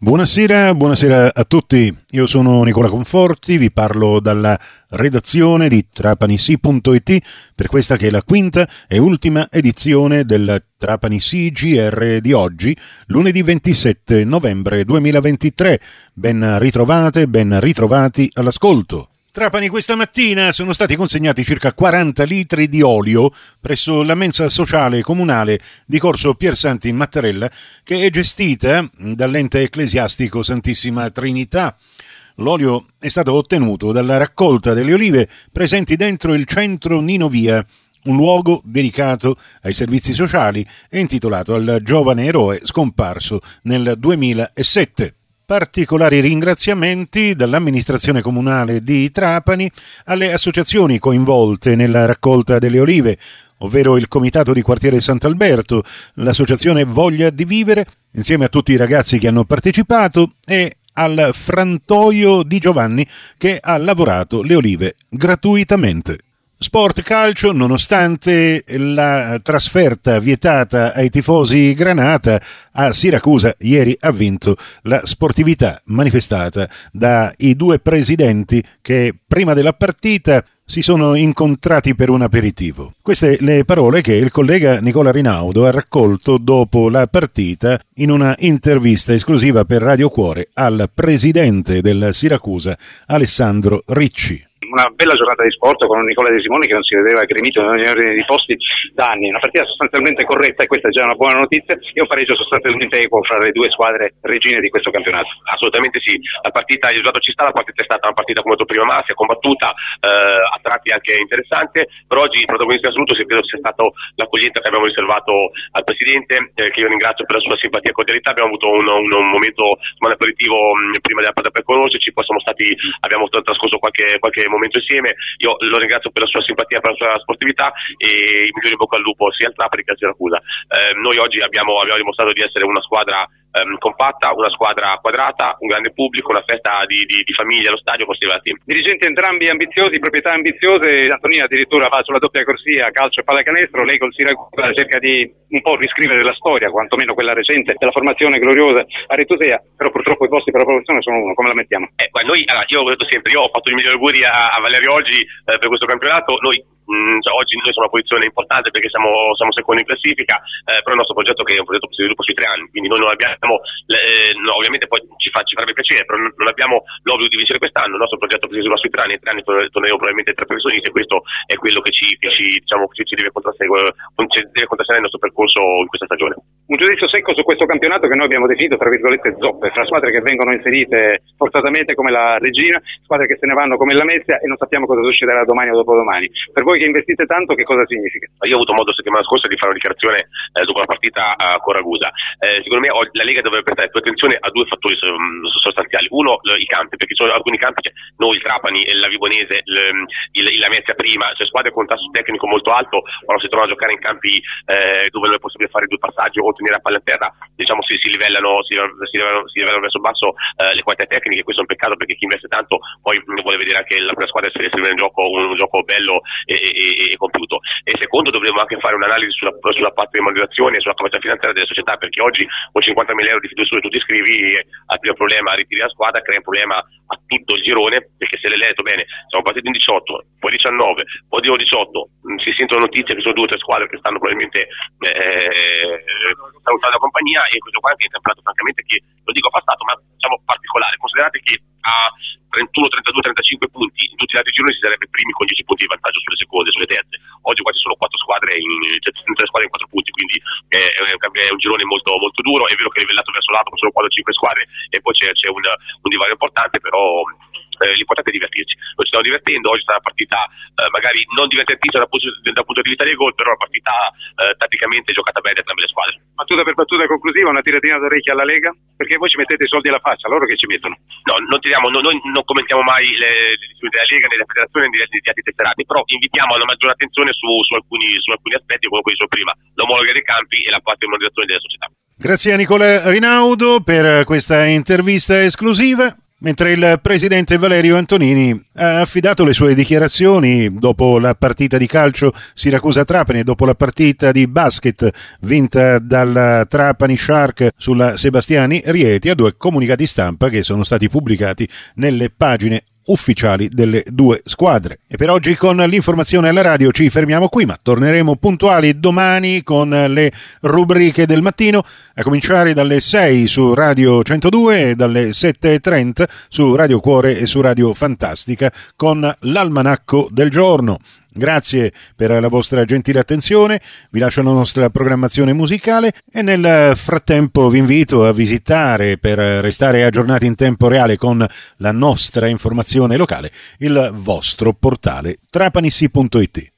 Buonasera a tutti. Io sono Nicola Conforti, vi parlo dalla redazione di trapanissi.it per questa che è la quinta e ultima edizione del Trapanissi GR di oggi, lunedì 27 novembre 2023. Ben ritrovate, ben ritrovati all'ascolto. Trapani questa mattina sono stati consegnati circa 40 litri di olio presso la mensa sociale comunale di Corso Piersanti Mattarella, che è gestita dall'ente ecclesiastico Santissima Trinità. L'olio è stato ottenuto dalla raccolta delle olive presenti dentro il centro Nino Via, un luogo dedicato ai servizi sociali e intitolato al giovane eroe scomparso nel 2007. Particolari ringraziamenti dall'amministrazione comunale di Trapani alle associazioni coinvolte nella raccolta delle olive, ovvero il Comitato di Quartiere Sant'Alberto, l'associazione Voglia di Vivere, insieme a tutti i ragazzi che hanno partecipato, e al frantoio di Giovanni che ha lavorato le olive gratuitamente. Sport calcio, nonostante la trasferta vietata ai tifosi granata, a Siracusa ieri ha vinto la sportività manifestata dai due presidenti che prima della partita si sono incontrati per un aperitivo. Queste le parole che il collega Nicola Rinaudo ha raccolto dopo la partita in una intervista esclusiva per Radio Cuore al presidente del Siracusa, Alessandro Ricci. Una bella giornata di sport con un Nicola De Simoni che non si vedeva aggredito in ogni ordine di posti da anni. Una partita sostanzialmente corretta, e questa è già una buona notizia, e un pareggio sostanzialmente equo fra le due squadre regine di questo campionato. Assolutamente sì, la partita, il risultato ci sta, la partita è stata una partita come ho detto prima, ma si è combattuta, a tratti anche interessante, però oggi il protagonista assoluto credo sia stato l'accoglienza che abbiamo riservato al presidente, che io ringrazio per la sua simpatia e cordialità. Abbiamo avuto un momento, un aperitivo prima della partita per conoscerci, poi abbiamo trascorso qualche momento insieme. Io lo ringrazio per la sua simpatia, per la sua sportività, e i migliori in bocca al lupo sia al Trapani che al Siracusa. Noi oggi abbiamo dimostrato di essere una squadra compatta, una squadra quadrata, un grande pubblico, una festa di famiglia allo stadio con team. Dirigenti entrambi ambiziosi, proprietà ambiziose. Antonina addirittura va sulla doppia corsia calcio e pallacanestro, lei col Siracusa cerca di un po' riscrivere la storia, quantomeno quella recente, della formazione gloriosa aretosea, però purtroppo i posti per la promozione sono uno. Come la mettiamo? Io ho detto sempre, io ho fatto i migliori auguri a Valerio oggi per questo campionato. Oggi noi siamo in una posizione importante perché siamo secondi in classifica, però il nostro progetto che è un progetto che si sviluppa sui 3 anni, quindi noi non abbiamo, ovviamente poi ci farebbe piacere, però non abbiamo l'obbligo di vincere quest'anno. Il nostro progetto che si sviluppa sui 3 anni, in 3 anni torneremo probabilmente 3 professionisti, e questo è quello che ci deve contrastare il nostro percorso in questa stagione. Un giudizio secco su questo campionato che noi abbiamo definito tra virgolette zoppe, fra squadre che vengono inserite forzatamente come la Regina, squadre che se ne vanno come la Mezia, e non sappiamo cosa succederà domani o dopodomani. Per voi che investite tanto, che cosa significa? Io ho avuto modo settimana scorsa di fare una dichiarazione dopo la partita con Ragusa. Secondo me la Lega dovrebbe prestare più attenzione a due fattori sostanziali. Uno, i campi, perché ci sono alcuni campi, noi, il Trapani, la Vibonese, la Mezia prima, cioè squadre con tasso tecnico molto alto, quando si trovano a giocare in campi dove non è possibile fare due passaggi o tenere a palla a terra, si livellano verso il basso le qualità tecniche. Questo è un peccato, perché chi investe tanto poi vuole vedere anche la squadra essere in gioco, un gioco bello e compiuto. E secondo, dovremmo anche fare un'analisi sulla patrimonializzazione e sulla capacità finanziaria delle società, perché oggi con 50.000 euro di fiducia tu ti iscrivi, al primo problema ritiri la squadra, crea un problema a tutto il girone, perché se l'hai letto bene, siamo partiti in 18, poi 19, poi 18, si sentono notizie che sono 2 o 3 squadre che stanno probabilmente salutando la compagnia, e questo qua anche è un campionato francamente che, lo dico affastato, ma particolare. Considerate che a 31, 32, 35 punti in tutti gli altri gironi si sarebbe primi con 10 punti di vantaggio sulle seconde, sulle terze. Oggi qua ci sono 4 squadre in 3 squadre in 4 punti, quindi è un girone molto, molto duro. È vero che è livellato verso l'alto, sono 4 o 5 squadre e poi c'è un divario importante, però l'importante è divertirci. Noi ci stiamo divertendo. Oggi è stata una partita magari non divertentissima dal punto di vista dei gol, però una partita tatticamente giocata bene da entrambe le squadre. Battuta per battuta conclusiva, una tiratina d'orecchia alla Lega, perché voi ci mettete i soldi alla faccia, loro che ci mettono? No, noi non commentiamo mai le decisioni della Lega, né della federazione, né di altri tesserati, però invitiamo alla maggiore attenzione su alcuni aspetti, come dicevo prima, l'omologa dei campi e la patrimonializzazione delle società. Grazie a Nicola Rinaudo per questa intervista esclusiva. mentre il presidente Valerio Antonini ha affidato le sue dichiarazioni dopo la partita di calcio Siracusa-Trapani e dopo la partita di basket vinta dal Trapani Shark sulla Sebastiani Rieti a 2 comunicati stampa che sono stati pubblicati nelle pagine ufficiali delle 2 squadre. E per oggi con l'informazione alla radio ci fermiamo qui, ma torneremo puntuali domani con le rubriche del mattino, a cominciare dalle 6 su Radio 102 e dalle 7:30 su Radio Cuore e su Radio Fantastica con l'almanacco del giorno. Grazie per la vostra gentile attenzione, vi lascio la nostra programmazione musicale e nel frattempo vi invito a visitare, per restare aggiornati in tempo reale con la nostra informazione locale, il vostro portale trapanissi.it.